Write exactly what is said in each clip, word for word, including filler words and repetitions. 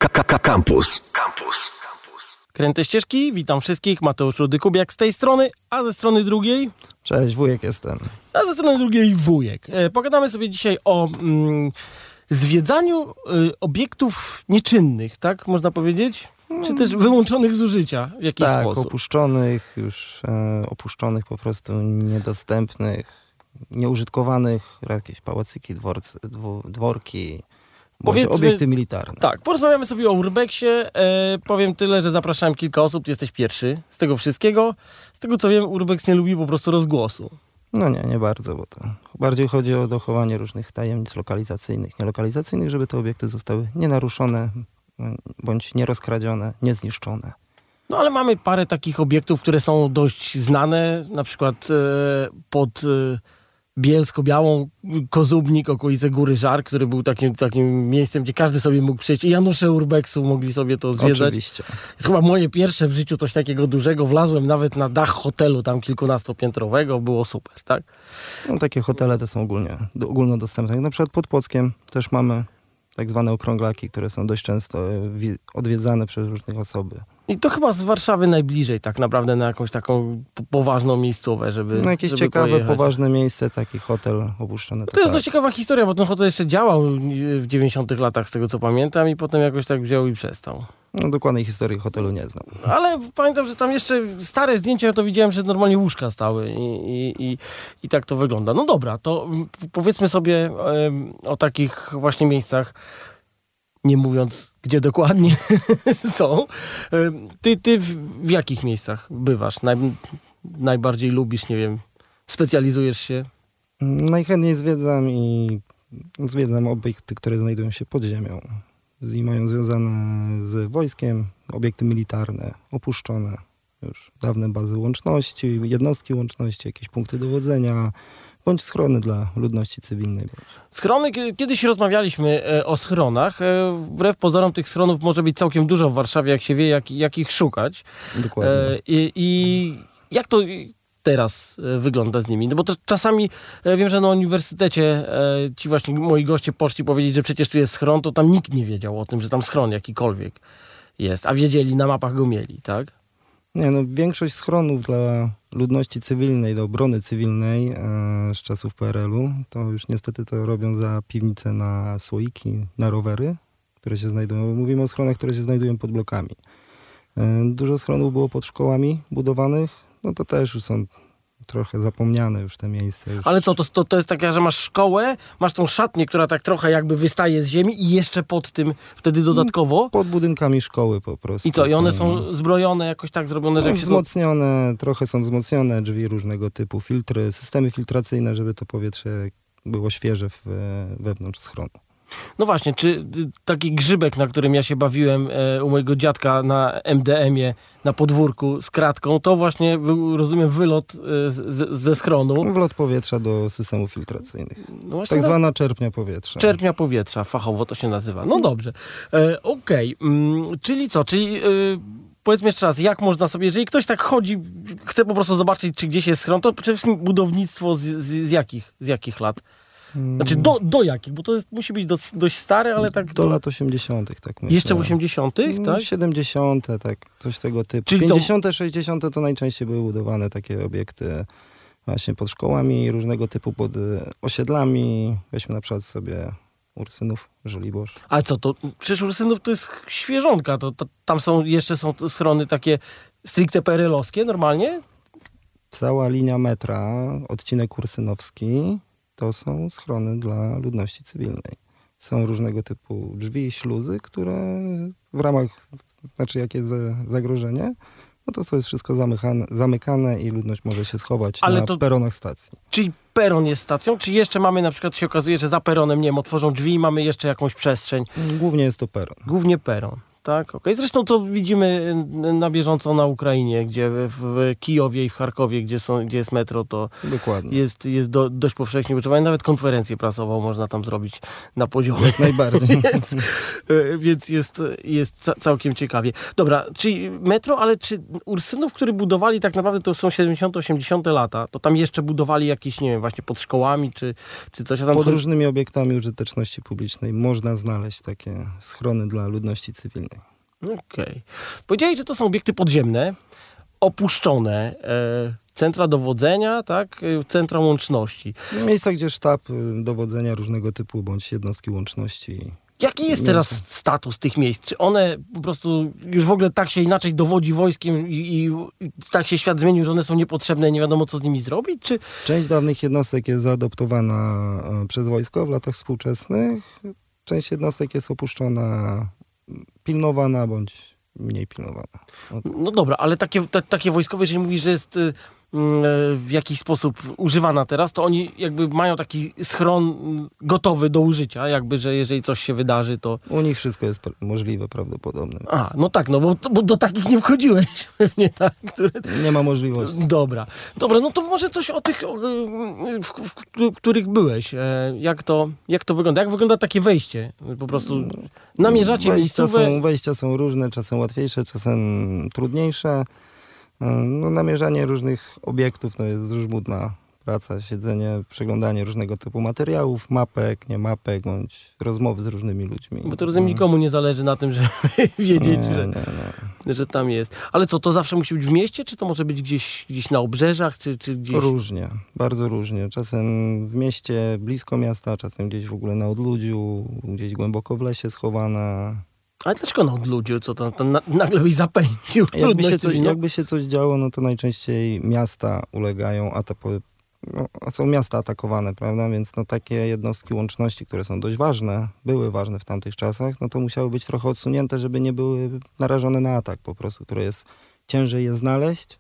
Campus. Campus. Kręte ścieżki, witam wszystkich, Mateusz Rudy-Kubiak z tej strony, a ze strony drugiej... Cześć, wujek jestem. A ze strony drugiej wujek. E, pogadamy sobie dzisiaj o mm, zwiedzaniu y, obiektów nieczynnych, tak można powiedzieć? Czy też wyłączonych z użycia w jakiś tak, sposób? Tak, opuszczonych, już e, opuszczonych po prostu, niedostępnych, nieużytkowanych, jakieś pałacyki, dworcy, dwo, dworki... Powiedzmy, obiekty militarne. Tak, porozmawiamy sobie o urbexie. E, powiem tyle, że zapraszałem kilka osób, ty jesteś pierwszy z tego wszystkiego. Z tego co wiem, urbex nie lubi po prostu rozgłosu. No nie, nie bardzo, bo to bardziej chodzi o dochowanie różnych tajemnic lokalizacyjnych, nielokalizacyjnych, żeby te obiekty zostały nienaruszone, bądź nierozkradzione, niezniszczone. No ale mamy parę takich obiektów, które są dość znane, na przykład e, pod... E, Bielsko-Białą, Kozubnik, okolice Góry Żar, który był takim, takim miejscem, gdzie każdy sobie mógł przyjść. I Janusze urbexu mogli sobie to zwiedzać. Oczywiście. To chyba moje pierwsze w życiu coś takiego dużego. Wlazłem nawet na dach hotelu tam kilkunastopiętrowego. Było super, tak? No, takie hotele to są ogólnie, ogólnodostępne. Na przykład pod Płockiem też mamy tak zwane okrąglaki, które są dość często odwiedzane przez różnych osoby. I to chyba z Warszawy najbliżej tak naprawdę na jakąś taką poważną miejscówę, żeby No jakieś żeby ciekawe, pojechać. Poważne miejsce, taki hotel opuszczony. To, to jest tak. dość ciekawa historia, bo ten hotel jeszcze działał w dziewięćdziesiątych latach, z tego co pamiętam, i potem jakoś tak wziął i przestał. No dokładnej historii hotelu nie znam. Ale pamiętam, że tam jeszcze stare zdjęcia, to widziałem, że normalnie łóżka stały i, i, i, i tak to wygląda. No dobra, to powiedzmy sobie um, o takich właśnie miejscach, nie mówiąc, gdzie dokładnie są. Ty, ty w, w jakich miejscach bywasz? Naj, najbardziej lubisz, nie wiem, specjalizujesz się? Najchętniej zwiedzam i zwiedzam obiekty, które znajdują się pod ziemią. I mają związane z wojskiem, obiekty militarne, opuszczone. Już dawne bazy łączności, jednostki łączności, jakieś punkty dowodzenia, bądź schrony dla ludności cywilnej. Schrony, kiedyś rozmawialiśmy e, o schronach. E, wbrew pozorom tych schronów może być całkiem dużo w Warszawie, jak się wie, jak, jak ich szukać. Dokładnie. E, i, I jak to teraz e, wygląda z nimi? No bo to czasami, e, wiem, że na uniwersytecie e, ci właśnie moi goście poszli powiedzieć, że przecież tu jest schron, to tam nikt nie wiedział o tym, że tam schron jakikolwiek jest. A wiedzieli, na mapach go mieli, tak? Nie, no większość schronów dla ludności cywilnej, do obrony cywilnej e, z czasów P R L-u, to już niestety to robią za piwnice na słoiki, na rowery, które się znajdują. Mówimy o schronach, które się znajdują pod blokami. E, dużo schronów było pod szkołami budowanych, no to też już są trochę zapomniane już te miejsca. Już. Ale co, to, to, to jest taka, że masz szkołę, masz tą szatnię, która tak trochę jakby wystaje z ziemi i jeszcze pod tym wtedy dodatkowo? Pod budynkami szkoły po prostu. I co, i one są zbrojone, jakoś tak zrobione, że no, jak się... wzmocnione, to... trochę są wzmocnione, drzwi różnego typu, filtry, systemy filtracyjne, żeby to powietrze było świeże w, wewnątrz schronu. No właśnie, czy taki grzybek, na którym ja się bawiłem e, u mojego dziadka na M D M-ie, na podwórku z kratką, to właśnie był, rozumiem, wylot e, z, ze schronu. Wlot powietrza do systemów filtracyjnych. No tak zwana czerpnia powietrza. Czerpnia powietrza, fachowo to się nazywa. No dobrze. E, Okej, okay. mm, czyli co, czyli... E, Powiedzmy jeszcze raz, jak można sobie, jeżeli ktoś tak chodzi, chce po prostu zobaczyć, czy gdzieś jest schron, to przede wszystkim budownictwo z, z, z, jakich, z jakich lat? Znaczy do, do jakich? Bo to jest, musi być do, dość stare, ale tak... Do, do lat osiemdziesiątych, tak myślę. Jeszcze w osiemdziesiątych, tak? siedemdziesiąte, tak, coś tego typu. Czyli pięćdziesiąte, sześćdziesiąte to najczęściej były budowane takie obiekty właśnie pod szkołami, różnego typu pod osiedlami. Weźmy na przykład sobie Ursynów, Żoliborz. Ale co, to przecież Ursynów to jest świeżonka, to, to tam są jeszcze są schrony takie stricte P R L-owskie normalnie? Cała linia metra, odcinek ursynowski, to są schrony dla ludności cywilnej. Są różnego typu drzwi, śluzy, które w ramach, znaczy jak jest zagrożenie, no to to jest wszystko zamykane, zamykane i ludność może się schować Ale na to, peronach stacji. Czyli peron jest stacją? Czy jeszcze mamy, na przykład się okazuje, że za peronem, nie wiem, otworzą drzwi i mamy jeszcze jakąś przestrzeń? Głównie jest to peron. Głównie peron. Tak, okej. Zresztą to widzimy na bieżąco na Ukrainie, gdzie w Kijowie i w Charkowie, gdzie, są, gdzie jest metro, to Dokładnie. jest, jest do, dość powszechnie używane. Nawet konferencję prasową można tam zrobić na poziomie. Jak najbardziej. więc więc jest, jest ca- całkiem ciekawie. Dobra, czyli metro, ale czy Ursynów, który budowali tak naprawdę to są siedemdziesiąte, osiemdziesiąte lata, to tam jeszcze budowali jakieś, nie wiem, właśnie pod szkołami, czy, czy coś? A tam Pod różnymi obiektami użyteczności publicznej można znaleźć takie schrony dla ludności cywilnej. Okej. Okay. Powiedzieli, że to są obiekty podziemne, opuszczone, e, centra dowodzenia, tak, e, centra łączności. Miejsca, gdzie sztab y, dowodzenia różnego typu bądź jednostki łączności. Jaki jest teraz status tych miejsc? Czy one po prostu już w ogóle tak się inaczej dowodzi wojskiem i, i, i tak się świat zmienił, że one są niepotrzebne i nie wiadomo, co z nimi zrobić? Czy... Część dawnych jednostek jest zaadoptowana y, przez wojsko w latach współczesnych. Część jednostek jest opuszczona, pilnowana bądź mniej pilnowana. No, No dobra, ale takie, ta, takie wojskowe, jeżeli mówisz, że jest y, w jakiś sposób używana teraz, to oni jakby mają taki schron gotowy do użycia, jakby, że jeżeli coś się wydarzy, to... U nich wszystko jest pr- możliwe, prawdopodobne. A, no tak, no bo, bo do takich nie wchodziłeś pewnie, tak? Które... Nie ma możliwości. Dobra, dobra, no to może coś o tych, o, w, w, w których byłeś. E, Jak to, jak to wygląda? Jak wygląda takie wejście? Po prostu namierzacie Wejścia miejscówę... są, wejścia są różne, czasem łatwiejsze, czasem trudniejsze. No, namierzanie różnych obiektów to jest żmudna praca, siedzenie, przeglądanie różnego typu materiałów, mapek, nie mapek, bądź rozmowy z różnymi ludźmi. Bo to rozumiem, nikomu nie zależy na tym, żeby wiedzieć, Nie, że, nie, nie. że tam jest. Ale co, to zawsze musi być w mieście, czy to może być gdzieś, gdzieś na obrzeżach, czy, czy gdzieś... Różnie, bardzo różnie. Czasem w mieście, blisko miasta, czasem gdzieś w ogóle na odludziu, gdzieś głęboko w lesie schowana. Ale dlaczego na odludziu? Co tam, tam na, nagle byś zapędził? Jakby się, coś, cywilną? jakby się coś działo, no to najczęściej miasta ulegają, a no, są miasta atakowane, prawda? Więc no, takie jednostki łączności, które są dość ważne, były ważne w tamtych czasach, no to musiały być trochę odsunięte, żeby nie były narażone na atak po prostu, które jest ciężej je znaleźć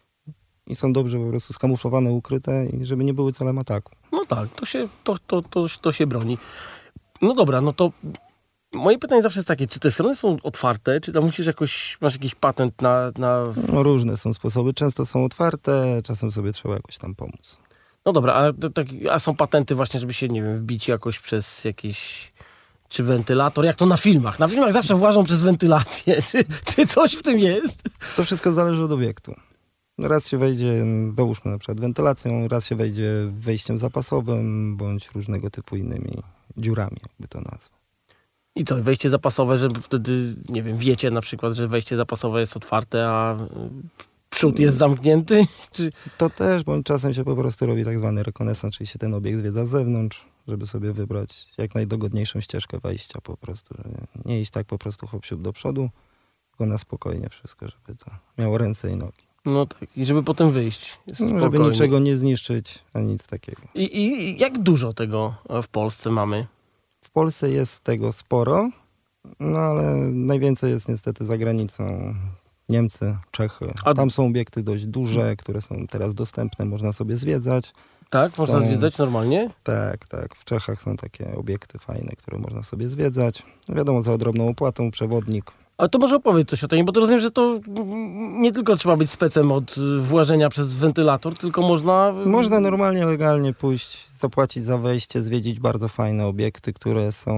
i są dobrze po prostu skamuflowane, ukryte i żeby nie były celem ataku. No tak, to się, to, to, to, to się broni. No dobra, no to moje pytanie zawsze jest takie, czy te strony są otwarte, czy tam musisz jakoś, masz jakiś patent na... na... No, różne są sposoby, często są otwarte, czasem sobie trzeba jakoś tam pomóc. No dobra, a, to, tak, a są patenty właśnie, żeby się, nie wiem, wbić jakoś przez jakiś... Czy wentylator? Jak to na filmach? Na filmach zawsze włażą przez wentylację. Czy, czy coś w tym jest? To wszystko zależy od obiektu. Raz się wejdzie, załóżmy na przykład wentylacją, raz się wejdzie wejściem zapasowym, bądź różnego typu innymi dziurami, jakby to nazwać. I co, wejście zapasowe, że wtedy, nie wiem, wiecie na przykład, że wejście zapasowe jest otwarte, a przód jest zamknięty? Czy... To też, bądź czasem się po prostu robi tak zwany rekonesans, czyli się ten obiekt zwiedza z zewnątrz, żeby sobie wybrać jak najdogodniejszą ścieżkę wejścia po prostu. Nie iść tak po prostu hop siup do przodu, tylko na spokojnie wszystko, żeby to miało ręce i nogi. No tak, i żeby potem wyjść. No, żeby niczego nie zniszczyć, ani nic takiego. I, I jak dużo tego w Polsce mamy? W Polsce jest tego sporo, no ale najwięcej jest niestety za granicą. Niemcy, Czechy. A... Tam są obiekty dość duże, które są teraz dostępne, można sobie zwiedzać. Tak? Są... Można zwiedzać normalnie? Tak, tak. W Czechach są takie obiekty fajne, które można sobie zwiedzać. No wiadomo, za odrobną opłatą, przewodnik. Ale to może opowiedz coś o tym, bo to rozumiem, że to nie tylko trzeba być specem od włażenia przez wentylator, tylko można... Można normalnie, legalnie pójść, zapłacić za wejście, zwiedzić bardzo fajne obiekty, które są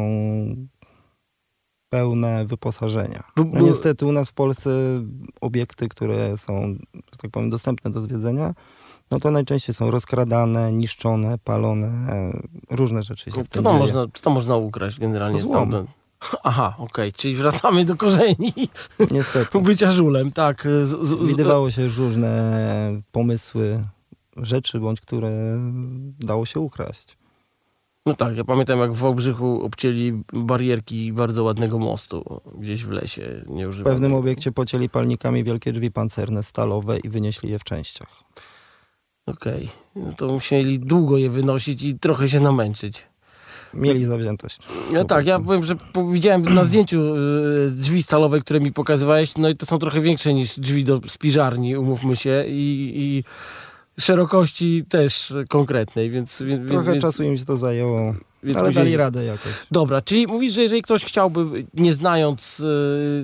pełne wyposażenia. No niestety u nas w Polsce obiekty, które są, że tak powiem, dostępne do zwiedzenia, no to najczęściej są rozkradane, niszczone, palone, różne rzeczy się z tym co tam dzieje. można, co tam można ukraść generalnie? Złom. Aha, okej, okay. Czyli wracamy do korzeni. Niestety. Bycia żulem, tak. Z, z, Widywało się różne pomysły, rzeczy, bądź które dało się ukraść. No tak, ja pamiętam jak w Wałbrzychu obcięli barierki bardzo ładnego mostu gdzieś w lesie. W pewnym obiekcie pocięli palnikami wielkie drzwi pancerne, stalowe i wynieśli je w częściach. Okej, okay. No to musieli długo je wynosić i trochę się namęczyć. Mieli zawziętość. No tak, ja powiem, że widziałem na zdjęciu drzwi stalowe, które mi pokazywałeś, no i to są trochę większe niż drzwi do spiżarni, umówmy się, i, i szerokości też konkretnej, więc... Trochę więc... czasu im się to zajęło, Więc Ale musieli- dali radę jakoś. Dobra, czyli mówisz, że jeżeli ktoś chciałby, nie znając yy,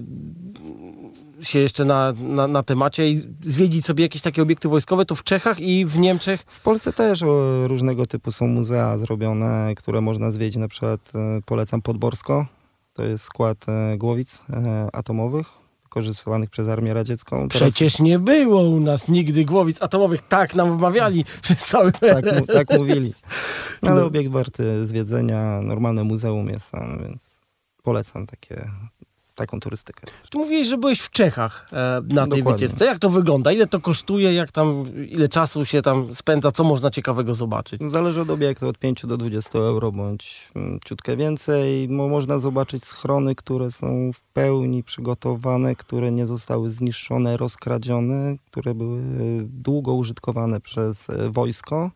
się jeszcze na, na, na temacie i zwiedzić sobie jakieś takie obiekty wojskowe, to w Czechach i w Niemczech. W Polsce też o, różnego typu są muzea zrobione, które można zwiedzić. Na przykład e, polecam Podborsko. To jest skład e, głowic e, atomowych wykorzystywanych przez Armię Radziecką. Teraz- Przecież nie było u nas nigdy głowic atomowych. Tak nam wmawiali przez cały tak, mu, tak mówili. No, ale No. obiekt warty zwiedzenia. Normalne muzeum jest tam, więc polecam takie, taką turystykę. Tu mówiłeś, że byłeś w Czechach e, na tej Dokładnie. wycieczce. Jak to wygląda? Ile to kosztuje? Jak tam, ile czasu się tam spędza? Co można ciekawego zobaczyć? Zależy od obiektu, od pięciu do dwudziestu euro, bądź mm, ciutkę więcej. Mo, można zobaczyć schrony, które są w pełni przygotowane, które nie zostały zniszczone, rozkradzione, które były długo użytkowane przez e, wojsko.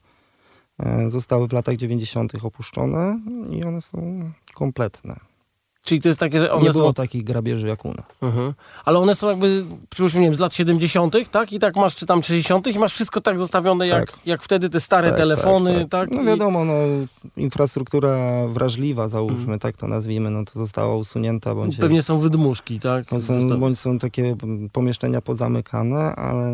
E, Zostały w latach dziewięćdziesiątych opuszczone i one są kompletne. Czyli to jest takie, że one Nie było są... takich grabieży jak u nas. Mhm. Ale one są jakby, przypuśćmy, nie wiem, z lat siedemdziesiątych, tak? I tak masz, czy tam sześćdziesiątych i masz wszystko tak zostawione, jak, Tak. jak wtedy te stare Tak, telefony, tak, tak? tak. No I- wiadomo, no, infrastruktura wrażliwa, załóżmy, Mhm. tak to nazwijmy, no to została usunięta, bądź Pewnie jest, są wydmuszki, tak? no, Zostały. są, bądź są takie mm, pomieszczenia pozamykane, ale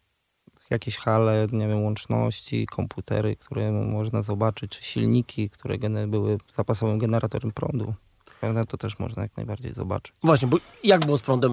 jakieś hale, nie wiem, łączności, komputery, które można zobaczyć, czy silniki, które gene- były zapasowym generatorem prądu. Prawda? To też można jak najbardziej zobaczyć. Właśnie, bo jak było z prądem?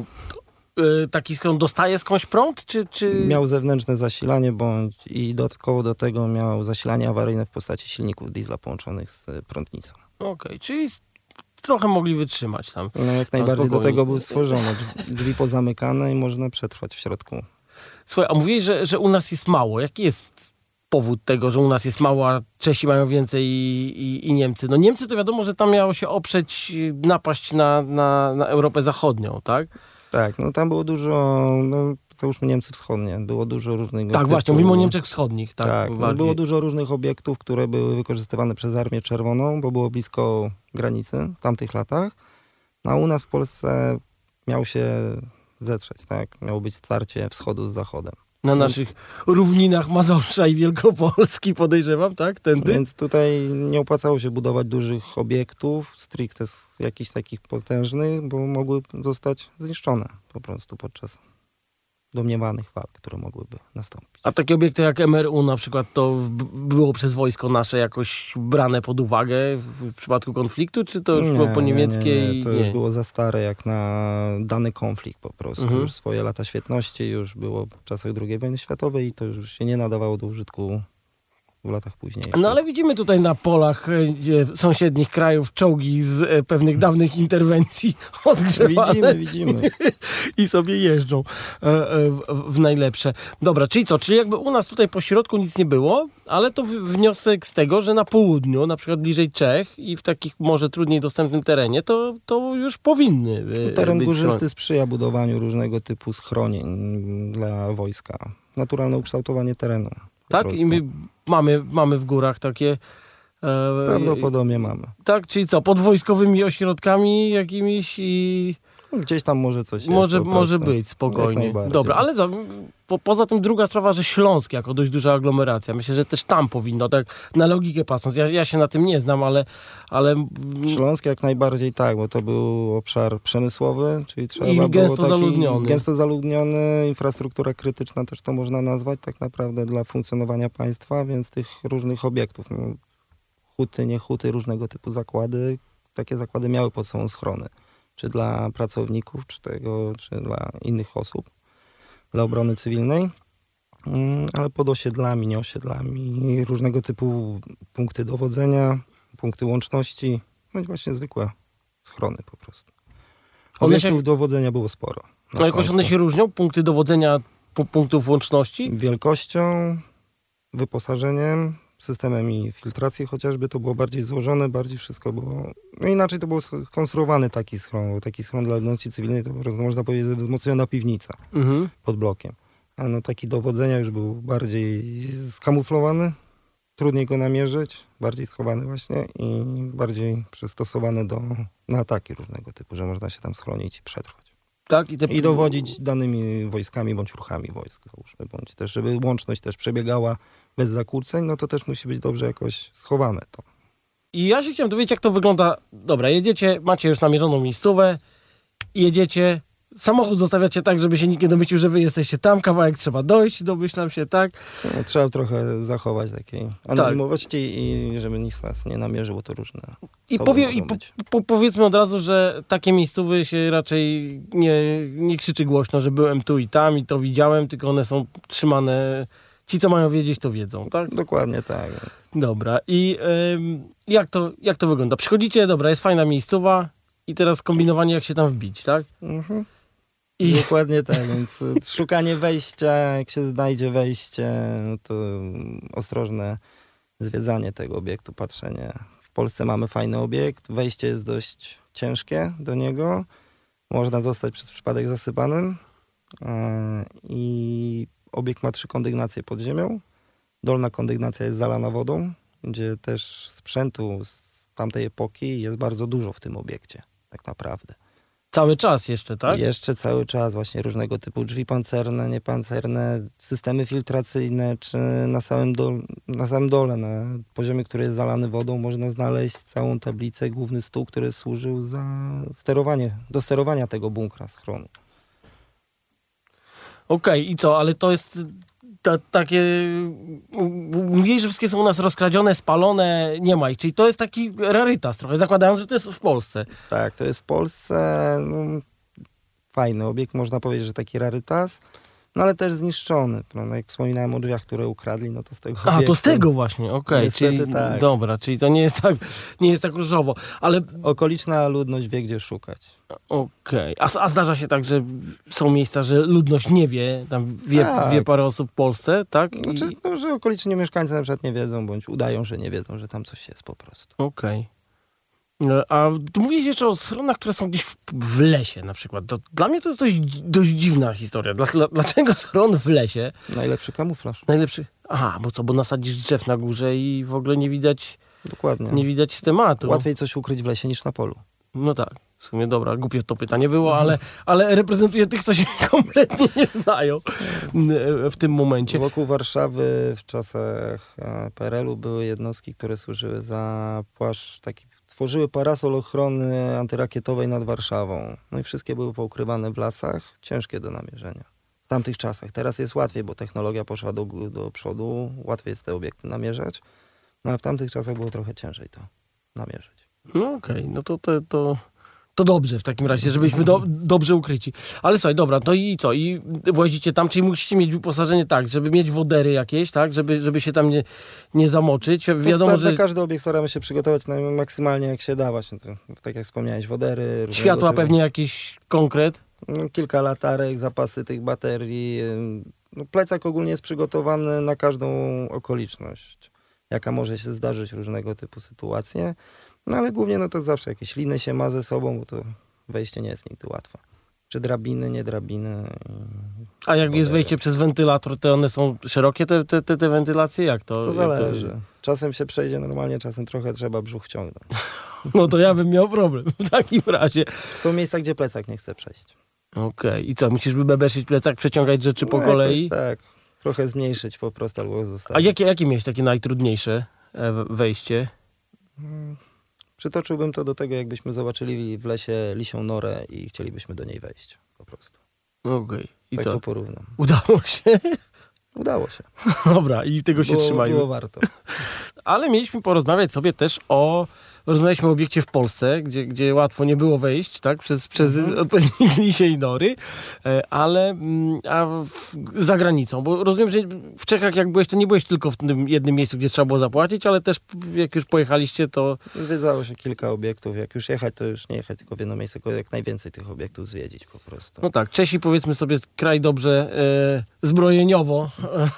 Yy, taki skąd dostaje skądś prąd, czy... czy... Miał zewnętrzne zasilanie, bądź i dodatkowo do tego miał zasilanie awaryjne w postaci silników diesla połączonych z prądnicą. Okej, czyli s- trochę mogli wytrzymać tam. No jak najbardziej do spokojnie. tego były stworzone. Drzwi- Drzwi pozamykane i można przetrwać w środku. Słuchaj, a mówiłeś, że, że u nas jest mało. Jaki jest powód tego, że u nas jest mało, a Czesi mają więcej i, i, i Niemcy? No Niemcy to wiadomo, że tam miało się oprzeć, yy, napaść na, na, na Europę Zachodnią, tak? Tak, no tam było dużo, no załóżmy Niemcy Wschodnie, było dużo różnych... Tak, właśnie, mówimy o Niemczech Wschodnich, tak? Tak, no, bardziej. było dużo różnych obiektów, które były wykorzystywane przez Armię Czerwoną, bo było blisko granicy w tamtych latach. No, a u nas w Polsce miał się zetrzeć, tak? Miało być starcie wschodu z zachodem. Na naszych równinach Mazowsza i Wielkopolski, podejrzewam, tak? Tędy? Więc tutaj nie opłacało się budować dużych obiektów, stricte z jakichś takich potężnych, bo mogły zostać zniszczone po prostu podczas domniemanych walk, które mogłyby nastąpić. A takie obiekty jak M R U na przykład, to b- było przez wojsko nasze jakoś brane pod uwagę w, w przypadku konfliktu, czy to już było po niemieckiej? Nie, nie, to już było za stare jak na dany konflikt po prostu. Mhm. Już swoje lata świetności już było w czasach drugiej wojny światowej i to już się nie nadawało do użytku w latach późniejszych. No ale widzimy tutaj na polach e, gdzie sąsiednich krajów czołgi z e, pewnych dawnych interwencji odgrzewane Widzimy, widzimy. i sobie jeżdżą e, e, w, w najlepsze. Dobra, czyli co? Czyli jakby u nas tutaj po środku nic nie było, ale to w- wniosek z tego, że na południu, na przykład bliżej Czech i w takich może trudniej dostępnym terenie, to, to już powinny e, Teren być górzysty schrony. sprzyja budowaniu różnego typu schronień dla wojska. Naturalne ukształtowanie terenu. po Tak? prostu. I my mamy, mamy w górach takie... e, Prawdopodobnie mamy. Tak, czyli co, pod wojskowymi ośrodkami jakimiś i No, gdzieś tam może coś jest. może, po może prostu. być Jak spokojnie. najbardziej. Dobra, ale za, po, poza tym druga sprawa, że Śląsk jako dość duża aglomeracja. Myślę, że też tam powinno, tak na logikę patrząc. Ja, ja się na tym nie znam, ale... ale Śląsk jak najbardziej tak, bo to był obszar przemysłowy, czyli trzeba I było gęsto taki, zaludniony. Gęsto zaludniony, infrastruktura krytyczna też to można nazwać tak naprawdę dla funkcjonowania państwa, więc tych różnych obiektów, no, huty, nie huty, różnego typu zakłady, takie zakłady miały pod sobą schrony. Czy dla pracowników, czy tego, czy dla innych osób, dla obrony cywilnej. Mm, ale pod osiedlami, nie osiedlami, różnego typu punkty dowodzenia, punkty łączności, no i właśnie zwykłe schrony po prostu. One się- Obiektów dowodzenia było sporo. na no jakoś one Śląsku. się różnią, punkty dowodzenia pu- punktów łączności? Wielkością, wyposażeniem, systemem i filtracji chociażby to było bardziej złożone, bardziej wszystko było... No inaczej to było skonstruowany taki schron, bo taki schron dla ludności cywilnej to po prostu można powiedzieć wzmocniona piwnica Mhm. pod blokiem. A no taki dowodzenia już był bardziej skamuflowany, trudniej go namierzyć, bardziej schowany właśnie i bardziej przystosowany do, na ataki różnego typu, że można się tam schronić i przetrwać. Tak, i, te... I dowodzić danymi wojskami bądź ruchami wojsk, załóżmy, bądź też, żeby łączność też przebiegała bez zakłóceń, no to też musi być dobrze jakoś schowane to. I ja się chciałem dowiedzieć, jak to wygląda. Dobra, jedziecie, macie już namierzoną miejscówę, jedziecie, samochód zostawiacie tak, żeby się nikt nie domyślił, że wy jesteście tam, kawałek trzeba dojść, domyślam się, tak? No, trzeba trochę zachować takiej anonimowości i żeby nikt z nas nie namierzył, to różne. I, powie, i po, po, powiedzmy od razu, że takie miejscówy się raczej nie, nie krzyczy głośno, że byłem tu i tam i to widziałem, tylko one są trzymane, ci co mają wiedzieć, to wiedzą, tak? Dokładnie tak. Dobra, i ym, jak, to, jak to wygląda? Przychodzicie, dobra, jest fajna miejscowa i teraz kombinowanie, jak się tam wbić, tak? Mhm. I... Dokładnie tak, więc szukanie wejścia, jak się znajdzie wejście, no to ostrożne zwiedzanie tego obiektu, patrzenie. W Polsce mamy fajny obiekt, wejście jest dość ciężkie do niego, można zostać przez przypadek zasypanym yy, i obiekt ma trzy kondygnacje pod ziemią. Dolna kondygnacja jest zalana wodą, gdzie też sprzętu z tamtej epoki jest bardzo dużo w tym obiekcie, tak naprawdę. Cały czas jeszcze, tak? Jeszcze cały czas właśnie różnego typu drzwi pancerne, niepancerne, systemy filtracyjne, czy na samym, dole, na samym dole, na poziomie, który jest zalany wodą, można znaleźć całą tablicę, główny stół, który służył za sterowanie, do sterowania tego bunkra, schronu. Okej, okay, i co, ale to jest ta, takie... Mówiłeś, że wszystkie są u nas rozkradzione, spalone, nie ma ich, czyli to jest taki rarytas trochę, zakładając, że to jest w Polsce. Tak, to jest w Polsce no, fajny obiekt, można powiedzieć, że taki rarytas, no ale też zniszczony. No, jak wspominałem o drzwiach, które ukradli, no to z tego A, obiektu, to z tego właśnie, okej. Okay. Czyli tak. Dobra, czyli to nie jest tak, nie jest tak różowo, ale... Okoliczna ludność wie, gdzie szukać. Okej. Okay. A, a zdarza się tak, że są miejsca, że ludność nie wie, tam wie, tak. wie parę osób w Polsce, tak? I... Znaczy, no, że okoliczni mieszkańcy na przykład nie wiedzą, bądź udają, że nie wiedzą, że tam coś jest po prostu. Okej. Okay. A tu mówiłeś jeszcze o schronach, które są gdzieś w, w lesie na przykład. To, dla mnie to jest dość, dość dziwna historia. Dla, dla, dlaczego schron w lesie? Najlepszy kamuflaż. Najlepszy... Aha, bo co, bo nasadzisz drzew na górze i w ogóle nie widać... Dokładnie. Nie widać tematu. Łatwiej coś ukryć w lesie niż na polu. No tak. W sumie dobra, głupie to pytanie było, ale, ale reprezentuje tych, co się kompletnie nie znają w tym momencie. Wokół Warszawy w czasach P R L u były jednostki, które służyły za płaszcz taki, tworzyły parasol ochrony antyrakietowej nad Warszawą. No i wszystkie były poukrywane w lasach, ciężkie do namierzenia. W tamtych czasach. Teraz jest łatwiej, bo technologia poszła do, do przodu, łatwiej jest te obiekty namierzać. No a w tamtych czasach było trochę ciężej to namierzyć. No okej, okay. no to... to, to... To dobrze w takim razie, żebyśmy do, dobrze ukryci. Ale słuchaj, dobra, to i co? I włazicie tam, czyli musicie mieć wyposażenie tak, żeby mieć wodery jakieś, tak? Żeby, żeby się tam nie, nie zamoczyć. Wiadomo, na że... każdy obiekt staramy się przygotować na maksymalnie jak się da właśnie. To, tak jak wspomniałeś, wodery. Światła typu. pewnie jakiś konkret? No, kilka latarek, zapasy tych baterii. No, plecak ogólnie jest przygotowany na każdą okoliczność, jaka może się zdarzyć, różnego typu sytuacje. No ale głównie no to zawsze jakieś liny się ma ze sobą, bo to wejście nie jest nigdy łatwe. Czy drabiny, nie drabiny. A jak jest wejście przez wentylator, to one są szerokie te, te, te, te wentylacje? Jak to? To zależy. To... Czasem się przejdzie normalnie, czasem trochę trzeba brzuch wciągnąć. No to ja bym miał problem w takim razie. Są miejsca, gdzie plecak nie chce przejść. Okej. Okay. I co, musisz wybebeszyć plecak, przeciągać rzeczy no, po kolei? Jakoś, tak. Trochę zmniejszyć po prostu albo zostawić. A jakie, jakie miałeś takie najtrudniejsze wejście? Hmm. Przytoczyłbym to do tego, jakbyśmy zobaczyli w lesie lisią norę i chcielibyśmy do niej wejść po prostu. Okej. Okay. I tak co? to porównam. Udało się? Udało się. Dobra, i tego się było, trzymajmy. Było warto. Ale mieliśmy porozmawiać sobie też o... Rozmawialiśmy o obiekcie w Polsce, gdzie, gdzie łatwo nie było wejść, tak? Przez, przez mhm. odpowiednik lisiej nory, ale a w, za granicą, bo rozumiem, że w Czechach jak byłeś, to nie byłeś tylko w tym jednym miejscu, gdzie trzeba było zapłacić, ale też jak już pojechaliście, to... Zwiedzało się kilka obiektów. Jak już jechać, to już nie jechać tylko w jedno miejsce, tylko jak najwięcej tych obiektów zwiedzić po prostu. No tak, Czesi powiedzmy sobie kraj dobrze e, zbrojeniowo.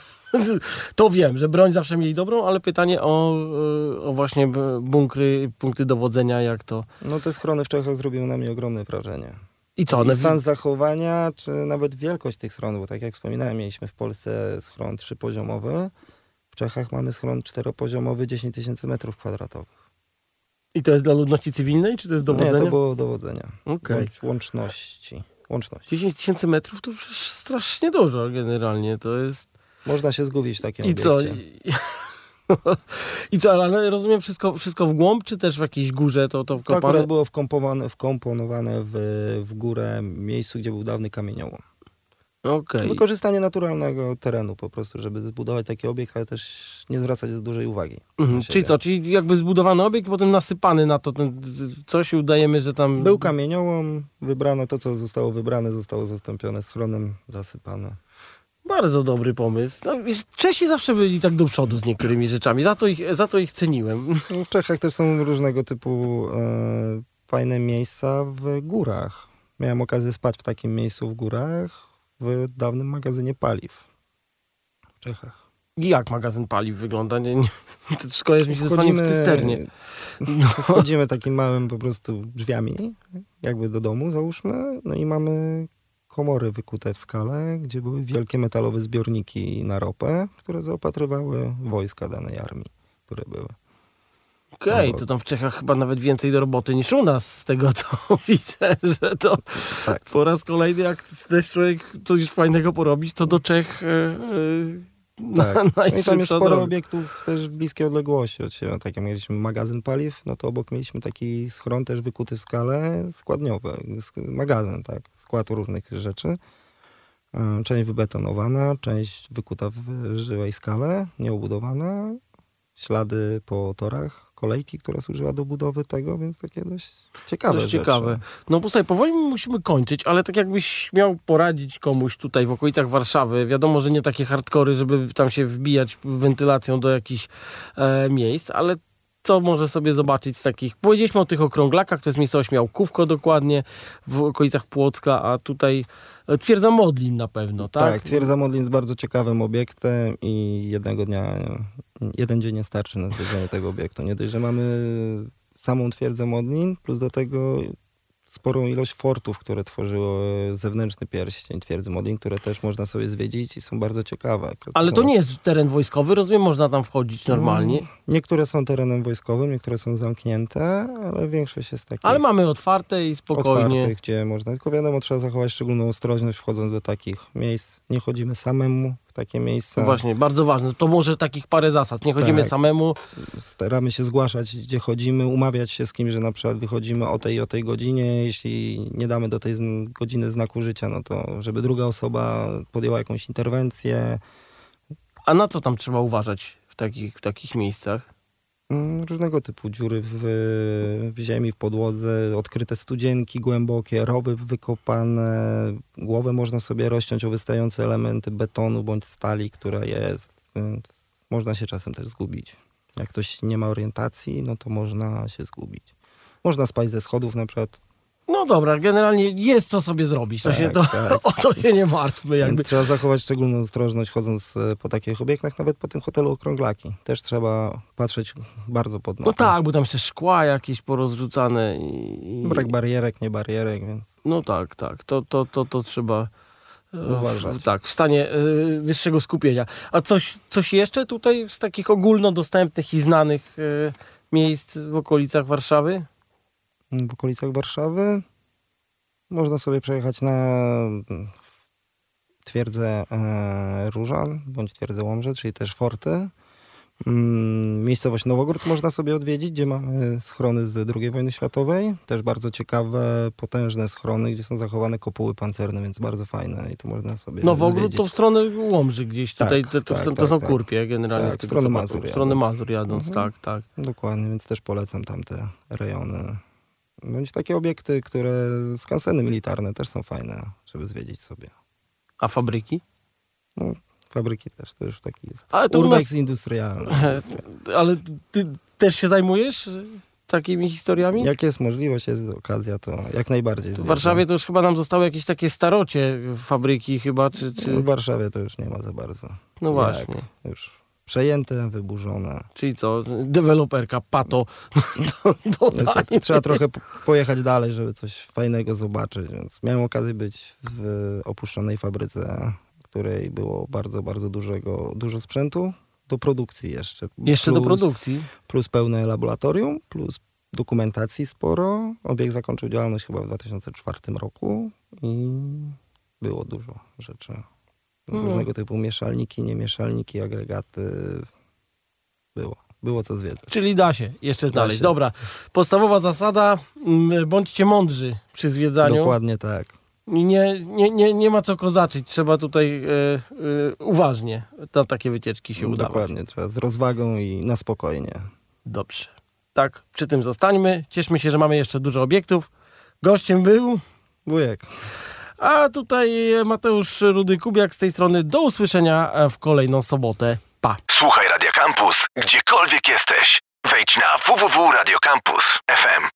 To wiem, że broń zawsze mieli dobrą, ale pytanie o, o właśnie bunkry, punkty dowodzenia, jak to... No te schrony w Czechach zrobiły na mnie ogromne wrażenie. I co? One... I stan zachowania, czy nawet wielkość tych schronów, bo tak jak wspominałem, mieliśmy w Polsce schron trzypoziomowy, w Czechach mamy schron czteropoziomowy, dziesięć tysięcy metrów kwadratowych. I to jest dla ludności cywilnej, czy to jest dowodzenia? Nie, to było dowodzenia. Okay. Łączności. Łączności. dziesięć tysięcy metrów to strasznie dużo generalnie, to jest... Można się zgubić w takim I obiekcie. co? I co, ale rozumiem wszystko, wszystko w głąb, czy też w jakiejś górze to, to To kopane? akurat było wkomponowane, wkomponowane w, w górę miejscu, gdzie był dawny kamieniołom. Okej. Wykorzystanie naturalnego terenu po prostu, żeby zbudować taki obiekt, ale też nie zwracać za dużej uwagi. Mhm. na Czyli siebie. co, czyli jakby zbudowany obiekt, potem nasypany na to ten coś i udajemy, że tam... Był kamieniołom, wybrano to, co zostało wybrane, zostało zastąpione schronem, zasypane. Bardzo dobry pomysł. No, wiesz, Czesi zawsze byli tak do przodu z niektórymi rzeczami, za to ich, za to ich ceniłem. No, w Czechach też są różnego typu e, fajne miejsca w górach. Miałem okazję spać w takim miejscu w górach, w dawnym magazynie paliw w Czechach. I jak magazyn paliw wygląda? Nie, nie, to kojarzy mi się ze spaniem w cysternie. No. Wchodzimy takim małym po prostu drzwiami, jakby do domu załóżmy, no i mamy komory wykute w skale, gdzie były wielkie metalowe zbiorniki na ropę, które zaopatrywały wojska danej armii, które były. Okej, No. to tam w Czechach chyba nawet więcej do roboty niż u nas, z tego co widzę, że to Tak. po raz kolejny, jak też człowiek coś fajnego porobić, to do Czech e, e, na, Tak. No i tam jest najszybsza sporo droga. obiektów też w bliskiej odległości od siebie. Tak jak mieliśmy magazyn paliw, no to obok mieliśmy taki schron też wykuty w skale składniowy. sk- Magazyn, tak. Skład różnych rzeczy. E, Część wybetonowana, część wykuta w żywej skale, nieobudowana. Ślady po torach kolejki, która służyła do budowy tego, więc takie dość ciekawe Dość rzeczy. ciekawe. No posłuchaj, powoli musimy kończyć, ale tak jakbyś miał poradzić komuś tutaj w okolicach Warszawy, wiadomo, że nie takie hardkory, żeby tam się wbijać wentylacją do jakichś e, miejsc, ale co może sobie zobaczyć z takich... Powiedzieliśmy o tych okrąglakach, to jest miejscowość Miałkówko dokładnie, w okolicach Płocka, a tutaj e, Twierdza Modlin na pewno, tak? Tak, Twierdza Modlin jest bardzo ciekawym obiektem i jednego dnia, jeden dzień nie starczy na zwiedzenie tego obiektu. Nie dość, że mamy samą Twierdzę Modlin, plus do tego sporą ilość fortów, które tworzyło zewnętrzny pierścień Twierdzy Modlin, które też można sobie zwiedzić i są bardzo ciekawe. Ale są... to nie jest teren wojskowy, rozumiem, można tam wchodzić normalnie. Niektóre są terenem wojskowym, niektóre są zamknięte, ale większość jest takich Ale mamy otwarte i spokojnie. otwartych, gdzie można. Tylko wiadomo, trzeba zachować szczególną ostrożność wchodząc do takich miejsc. Nie chodzimy samemu w takie miejsca. No właśnie, bardzo ważne. To może takich parę zasad. Nie chodzimy Tak. samemu. Staramy się zgłaszać, gdzie chodzimy, umawiać się z kimś, że na przykład wychodzimy o tej i o tej godzinie. Jeśli nie damy do tej zn- godziny znaku życia, no to żeby druga osoba podjęła jakąś interwencję. A na co tam trzeba uważać w takich, w takich miejscach? Mm, Różnego typu dziury w, w ziemi, w podłodze, odkryte studzienki głębokie, rowy wykopane. Głowę można sobie rozciąć o wystające elementy betonu bądź stali, która jest. Więc można się czasem też zgubić. Jak ktoś nie ma orientacji, no to można się zgubić. Można spaść ze schodów na przykład. No dobra, generalnie jest co sobie zrobić. To Tak, się, to, tak. O to się nie martwmy. Jakby. Więc trzeba zachować szczególną ostrożność chodząc e, po takich obiektach, nawet po tym hotelu Okrąglaki. Też trzeba patrzeć bardzo pod No nogi. tak, bo tam jeszcze szkła jakieś porozrzucane. I, i... Brak barierek, nie barierek, więc No tak, tak. To, to, to, to trzeba... e, Uważać. W, tak, w stanie y, wyższego skupienia. A coś, coś jeszcze tutaj z takich ogólnodostępnych i znanych y, miejsc w okolicach Warszawy? w okolicach Warszawy można sobie przejechać na twierdzę e, Różan bądź twierdzę Łomże, czyli też forty. Mm, Miejscowość Nowogród można sobie odwiedzić, gdzie mamy schrony z drugiej wojny światowej. Też bardzo ciekawe, potężne schrony, gdzie są zachowane kopuły pancerne, więc bardzo fajne i tu można sobie Nowogród zwiedzić. to w stronę Łomży gdzieś tutaj, Tak, to, to, tak, to, to tak, są tak. kurpie generalnie. Tak, z w tego, stronę co Mazur pamiętam. W stronę jadąc. Mazur jadąc, Mhm. tak, tak. Dokładnie, więc też polecam tamte rejony. Bądź takie obiekty, które skanseny militarne też są fajne, żeby zwiedzić sobie. A fabryki? No, fabryki też, to już taki jest Ale to u urbex nas- industrialny. Ale ty też się zajmujesz takimi historiami? Jak jest możliwość, jest okazja, to jak najbardziej. W Warszawie to już chyba nam zostały jakieś takie starocie fabryki chyba, czy... czy... W Warszawie to już nie ma za bardzo. No Jak właśnie. już przejęte, wyburzone. Czyli co? Deweloperka, pato. Do, dodaje. Niestety, trzeba trochę po- pojechać dalej, żeby coś fajnego zobaczyć. Więc miałem okazję być w opuszczonej fabryce, w której było bardzo, bardzo dużego, dużo sprzętu do produkcji jeszcze. Jeszcze do Plus- produkcji? Plus pełne laboratorium, plus dokumentacji sporo. Obiekt zakończył działalność chyba w dwa tysiące czwartym roku i było dużo rzeczy. No. Różnego typu mieszalniki, niemieszalniki, agregaty. było. Było co zwiedzać. Czyli da się jeszcze znaleźć. się. Dobra, podstawowa zasada, mm, bądźcie mądrzy przy zwiedzaniu. Dokładnie tak. I nie, nie, nie, nie ma co kozaczyć, trzeba tutaj e, e, uważnie na takie wycieczki się udawać. Dokładnie, trzeba z rozwagą i na spokojnie. Dobrze. Tak, przy tym zostańmy. Cieszmy się, że mamy jeszcze dużo obiektów. Gościem był... Wujek. A tutaj Mateusz Rudy-Kubiak z tej strony. Do usłyszenia w kolejną sobotę. Pa. Słuchaj Radio Campus, gdziekolwiek jesteś. Wejdź na w w w kropka radio campus kropka f m.